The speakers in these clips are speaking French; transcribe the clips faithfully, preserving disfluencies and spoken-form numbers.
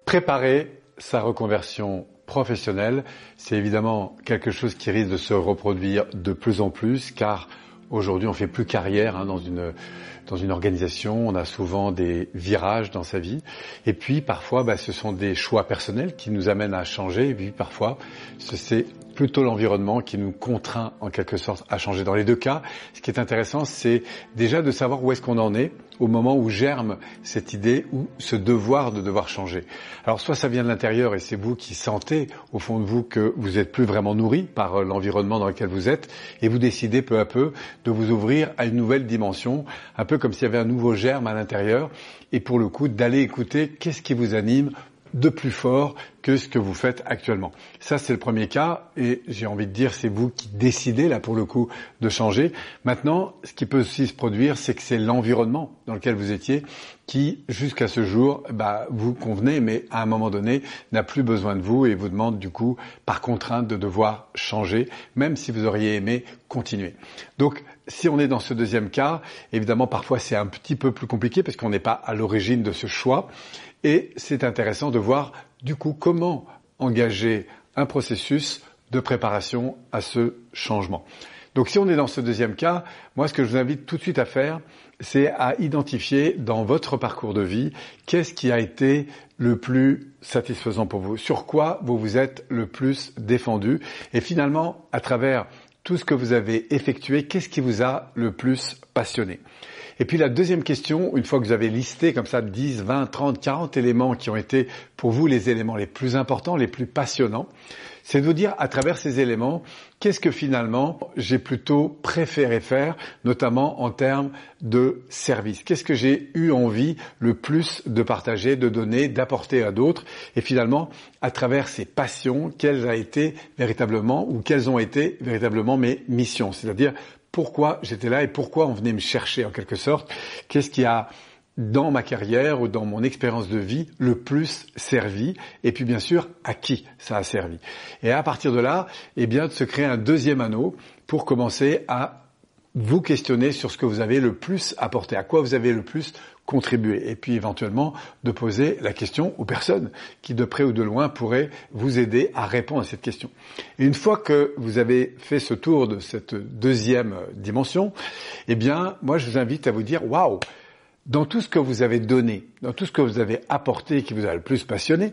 Préparer sa reconversion professionnelle, c'est évidemment quelque chose qui risque de se reproduire de plus en plus, car aujourd'hui on fait plus carrière hein, dans une dans une organisation, on a souvent des virages dans sa vie, et puis parfois bah, ce sont des choix personnels qui nous amènent à changer, et puis parfois c'est plutôt l'environnement qui nous contraint en quelque sorte à changer. Dans les deux cas, ce qui est intéressant, c'est déjà de savoir où est-ce qu'on en est au moment où germe cette idée ou ce devoir de devoir changer. Alors soit ça vient de l'intérieur et c'est vous qui sentez au fond de vous que vous n'êtes plus vraiment nourri par l'environnement dans lequel vous êtes et vous décidez peu à peu de vous ouvrir à une nouvelle dimension, un peu comme s'il y avait un nouveau germe à l'intérieur et pour le coup d'aller écouter qu'est-ce qui vous anime de plus fort que ce que vous faites actuellement. Ça, c'est le premier cas et j'ai envie de dire, c'est vous qui décidez, là, pour le coup, de changer. Maintenant, ce qui peut aussi se produire, c'est que c'est l'environnement dans lequel vous étiez qui, jusqu'à ce jour, bah, vous convenez, mais à un moment donné, n'a plus besoin de vous et vous demande, du coup, par contrainte, de devoir changer, même si vous auriez aimé continuer. Donc, si on est dans ce deuxième cas, évidemment, parfois, c'est un petit peu plus compliqué parce qu'on n'est pas à l'origine de ce choix. Et c'est intéressant de voir du coup comment engager un processus de préparation à ce changement. Donc si on est dans ce deuxième cas, moi ce que je vous invite tout de suite à faire, c'est à identifier dans votre parcours de vie qu'est-ce qui a été le plus satisfaisant pour vous, sur quoi vous vous êtes le plus défendu et finalement à travers tout ce que vous avez effectué, qu'est-ce qui vous a le plus passionné. Et puis la deuxième question, une fois que vous avez listé comme ça dix, vingt, trente, quarante éléments qui ont été pour vous les éléments les plus importants, les plus passionnants, c'est de vous dire à travers ces éléments, qu'est-ce que finalement j'ai plutôt préféré faire, notamment en termes de service. Qu'est-ce que j'ai eu envie le plus de partager, de donner, d'apporter à d'autres. Et finalement, à travers ces passions, quelles a été véritablement ou quelles ont été véritablement mes missions. C'est-à-dire pourquoi j'étais là et pourquoi on venait me chercher en quelque sorte. Qu'est-ce qui a dans ma carrière ou dans mon expérience de vie le plus servi et puis bien sûr à qui ça a servi. Et à partir de là, eh bien de se créer un deuxième anneau pour commencer à vous questionner sur ce que vous avez le plus apporté, à quoi vous avez le plus contribué et puis éventuellement de poser la question aux personnes qui de près ou de loin pourraient vous aider à répondre à cette question. Et une fois que vous avez fait ce tour de cette deuxième dimension, eh bien moi je vous invite à vous dire waouh, dans tout ce que vous avez donné, dans tout ce que vous avez apporté et qui vous a le plus passionné,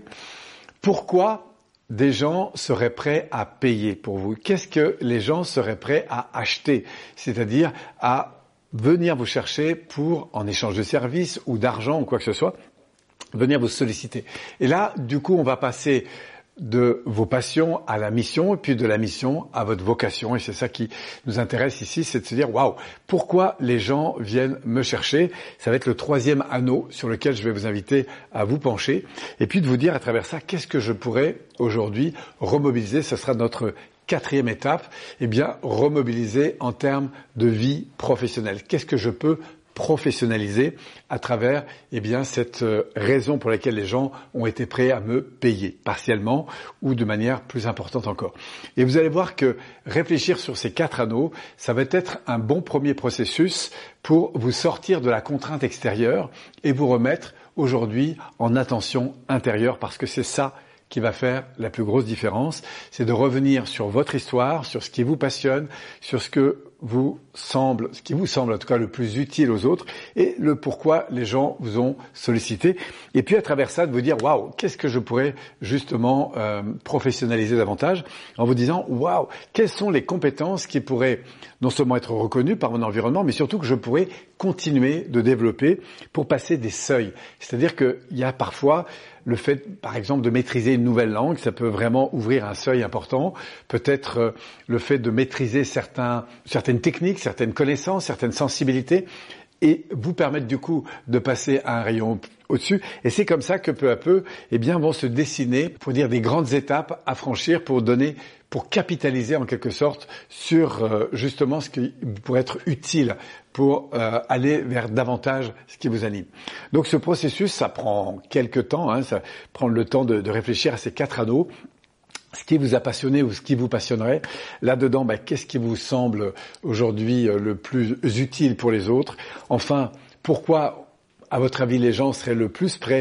pourquoi des gens seraient prêts à payer pour vous? Qu'est-ce que les gens seraient prêts à acheter? C'est-à-dire à venir vous chercher pour, en échange de services ou d'argent ou quoi que ce soit, venir vous solliciter. Et là, du coup, on va passer de vos passions à la mission, et puis de la mission à votre vocation. Et c'est ça qui nous intéresse ici, c'est de se dire, waouh, pourquoi les gens viennent me chercher? Ça va être le troisième anneau sur lequel je vais vous inviter à vous pencher. Et puis de vous dire à travers ça, qu'est-ce que je pourrais aujourd'hui remobiliser? Ce sera notre quatrième étape. Eh bien, remobiliser en termes de vie professionnelle. Qu'est-ce que je peux professionnaliser à travers eh bien cette raison pour laquelle les gens ont été prêts à me payer partiellement ou de manière plus importante encore. Et vous allez voir que réfléchir sur ces quatre anneaux, ça va être un bon premier processus pour vous sortir de la contrainte extérieure et vous remettre aujourd'hui en attention intérieure parce que c'est ça qui va faire la plus grosse différence, c'est de revenir sur votre histoire, sur ce qui vous passionne, sur ce que vous semble, ce qui vous semble en tout cas le plus utile aux autres et le pourquoi les gens vous ont sollicité. Et puis à travers ça, de vous dire waouh, qu'est-ce que je pourrais justement euh, professionnaliser davantage en vous disant waouh, quelles sont les compétences qui pourraient non seulement être reconnues par mon environnement, mais surtout que je pourrais continuer de développer pour passer des seuils. C'est-à-dire qu'il y a parfois le fait, par exemple, de maîtriser une nouvelle langue, ça peut vraiment ouvrir un seuil important. Peut-être euh, le fait de maîtriser certains, certaines techniques, certaines connaissances, certaines sensibilités, et vous permettre du coup de passer à un rayon au-dessus. Et c'est comme ça que peu à peu, eh bien, vont se dessiner, pour dire des grandes étapes à franchir pour donner, pour capitaliser en quelque sorte sur euh, justement ce qui pourrait être utile pour euh, aller vers davantage ce qui vous anime. Donc ce processus, ça prend quelques temps, hein, ça prend le temps de, de réfléchir à ces quatre anneaux. Ce qui vous a passionné ou ce qui vous passionnerait. Là-dedans, bah, qu'est-ce qui vous semble aujourd'hui le plus utile pour les autres? Enfin, pourquoi, à votre avis, les gens seraient le plus prêts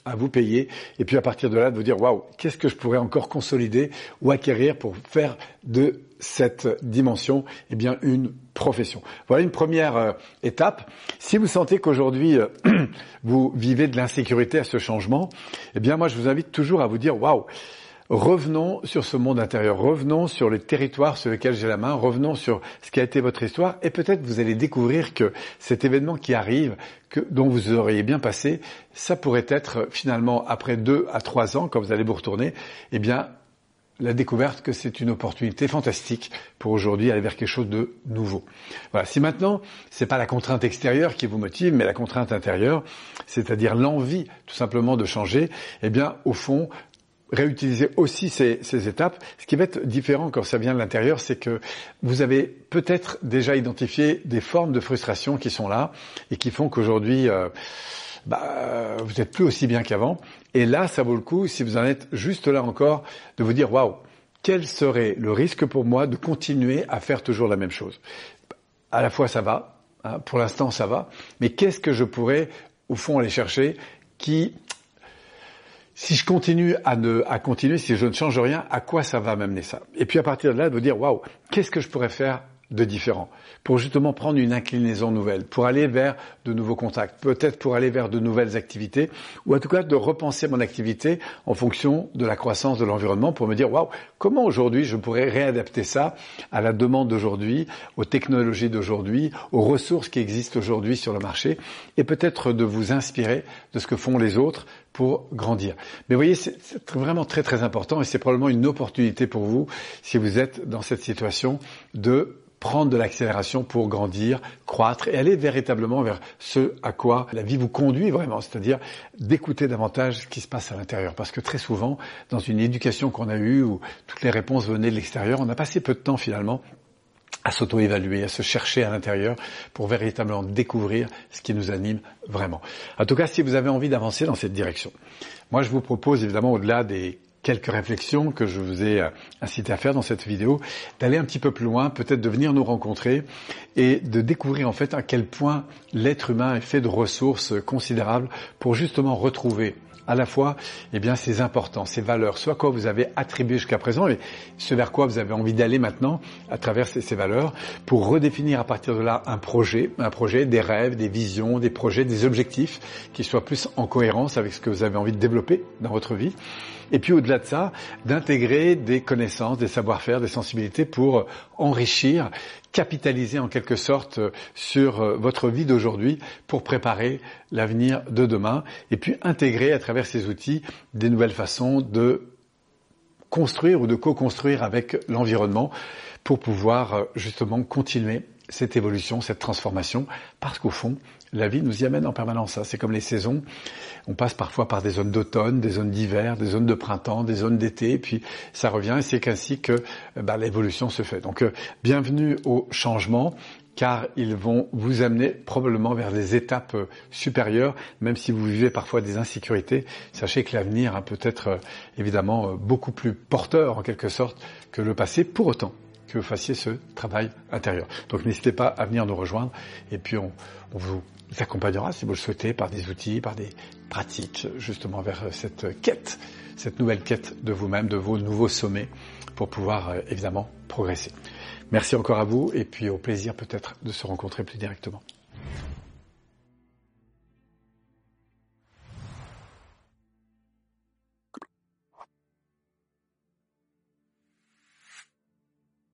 à vous payer et puis à partir de là de vous dire waouh, qu'est-ce que je pourrais encore consolider ou acquérir pour faire de cette dimension eh bien une profession. Voilà une première euh, étape. Si vous sentez qu'aujourd'hui euh, vous vivez de l'insécurité à ce changement, eh bien moi je vous invite toujours à vous dire waouh, revenons sur ce monde intérieur, revenons sur les territoires sur lesquels j'ai la main, revenons sur ce qui a été votre histoire et peut-être vous allez découvrir que cet événement qui arrive, que, dont vous auriez bien passé, ça pourrait être finalement après deux à trois ans, quand vous allez vous retourner, eh bien la découverte que c'est une opportunité fantastique pour aujourd'hui aller vers quelque chose de nouveau. Voilà. Si maintenant, c'est pas la contrainte extérieure qui vous motive, mais la contrainte intérieure, c'est-à-dire l'envie tout simplement de changer, eh bien au fond, réutiliser aussi ces, ces étapes. Ce qui va être différent quand ça vient de l'intérieur, c'est que vous avez peut-être déjà identifié des formes de frustration qui sont là et qui font qu'aujourd'hui, euh, bah, vous n'êtes plus aussi bien qu'avant. Et là, ça vaut le coup, si vous en êtes juste là encore, de vous dire, waouh, quel serait le risque pour moi de continuer à faire toujours la même chose? À la fois, ça va, hein, pour l'instant, ça va, mais qu'est-ce que je pourrais, au fond, aller chercher qui... Si je continue à ne, à continuer, si je ne change rien, à quoi ça va m'amener ça? Et puis à partir de là, de vous dire, waouh, qu'est-ce que je pourrais faire de différent pour justement prendre une inclinaison nouvelle, pour aller vers de nouveaux contacts, peut-être pour aller vers de nouvelles activités, ou en tout cas de repenser mon activité en fonction de la croissance de l'environnement pour me dire, waouh, comment aujourd'hui je pourrais réadapter ça à la demande d'aujourd'hui, aux technologies d'aujourd'hui, aux ressources qui existent aujourd'hui sur le marché, et peut-être de vous inspirer de ce que font les autres pour grandir. Mais vous voyez, c'est vraiment très très important et c'est probablement une opportunité pour vous si vous êtes dans cette situation de prendre de l'accélération pour grandir, croître et aller véritablement vers ce à quoi la vie vous conduit vraiment, c'est-à-dire d'écouter davantage ce qui se passe à l'intérieur. Parce que très souvent, dans une éducation qu'on a eue où toutes les réponses venaient de l'extérieur, on a passé peu de temps finalement à s'auto-évaluer, à se chercher à l'intérieur pour véritablement découvrir ce qui nous anime vraiment. En tout cas, si vous avez envie d'avancer dans cette direction, moi je vous propose évidemment au-delà des quelques réflexions que je vous ai incité à faire dans cette vidéo, d'aller un petit peu plus loin, peut-être de venir nous rencontrer et de découvrir en fait à quel point l'être humain est fait de ressources considérables pour justement retrouver à la fois eh bien ces importances, ces valeurs, soit quoi vous avez attribué jusqu'à présent et ce vers quoi vous avez envie d'aller maintenant à travers ces, ces valeurs pour redéfinir à partir de là un projet, un projet, des rêves, des visions, des projets, des objectifs qui soient plus en cohérence avec ce que vous avez envie de développer dans votre vie. Et puis au-delà de ça, d'intégrer des connaissances, des savoir-faire, des sensibilités pour enrichir, capitaliser en quelque sorte sur votre vie d'aujourd'hui pour préparer l'avenir de demain et puis intégrer à travers ces outils des nouvelles façons de construire ou de co-construire avec l'environnement pour pouvoir justement continuer cette évolution, cette transformation, parce qu'au fond, la vie nous y amène en permanence. C'est comme les saisons. On passe parfois par des zones d'automne, des zones d'hiver, des zones de printemps, des zones d'été, et puis ça revient, et c'est qu'ainsi que bah, l'évolution se fait. Donc, euh, bienvenue au changement, car ils vont vous amener probablement vers des étapes euh, supérieures, même si vous vivez parfois des insécurités. Sachez que l'avenir hein, peut être euh, évidemment euh, beaucoup plus porteur, en quelque sorte, que le passé, pour autant que vous fassiez ce travail intérieur. Donc n'hésitez pas à venir nous rejoindre et puis on, on vous accompagnera si vous le souhaitez par des outils, par des pratiques justement vers cette quête, cette nouvelle quête de vous-même, de vos nouveaux sommets pour pouvoir euh, évidemment progresser. Merci encore à vous et puis au plaisir peut-être de se rencontrer plus directement.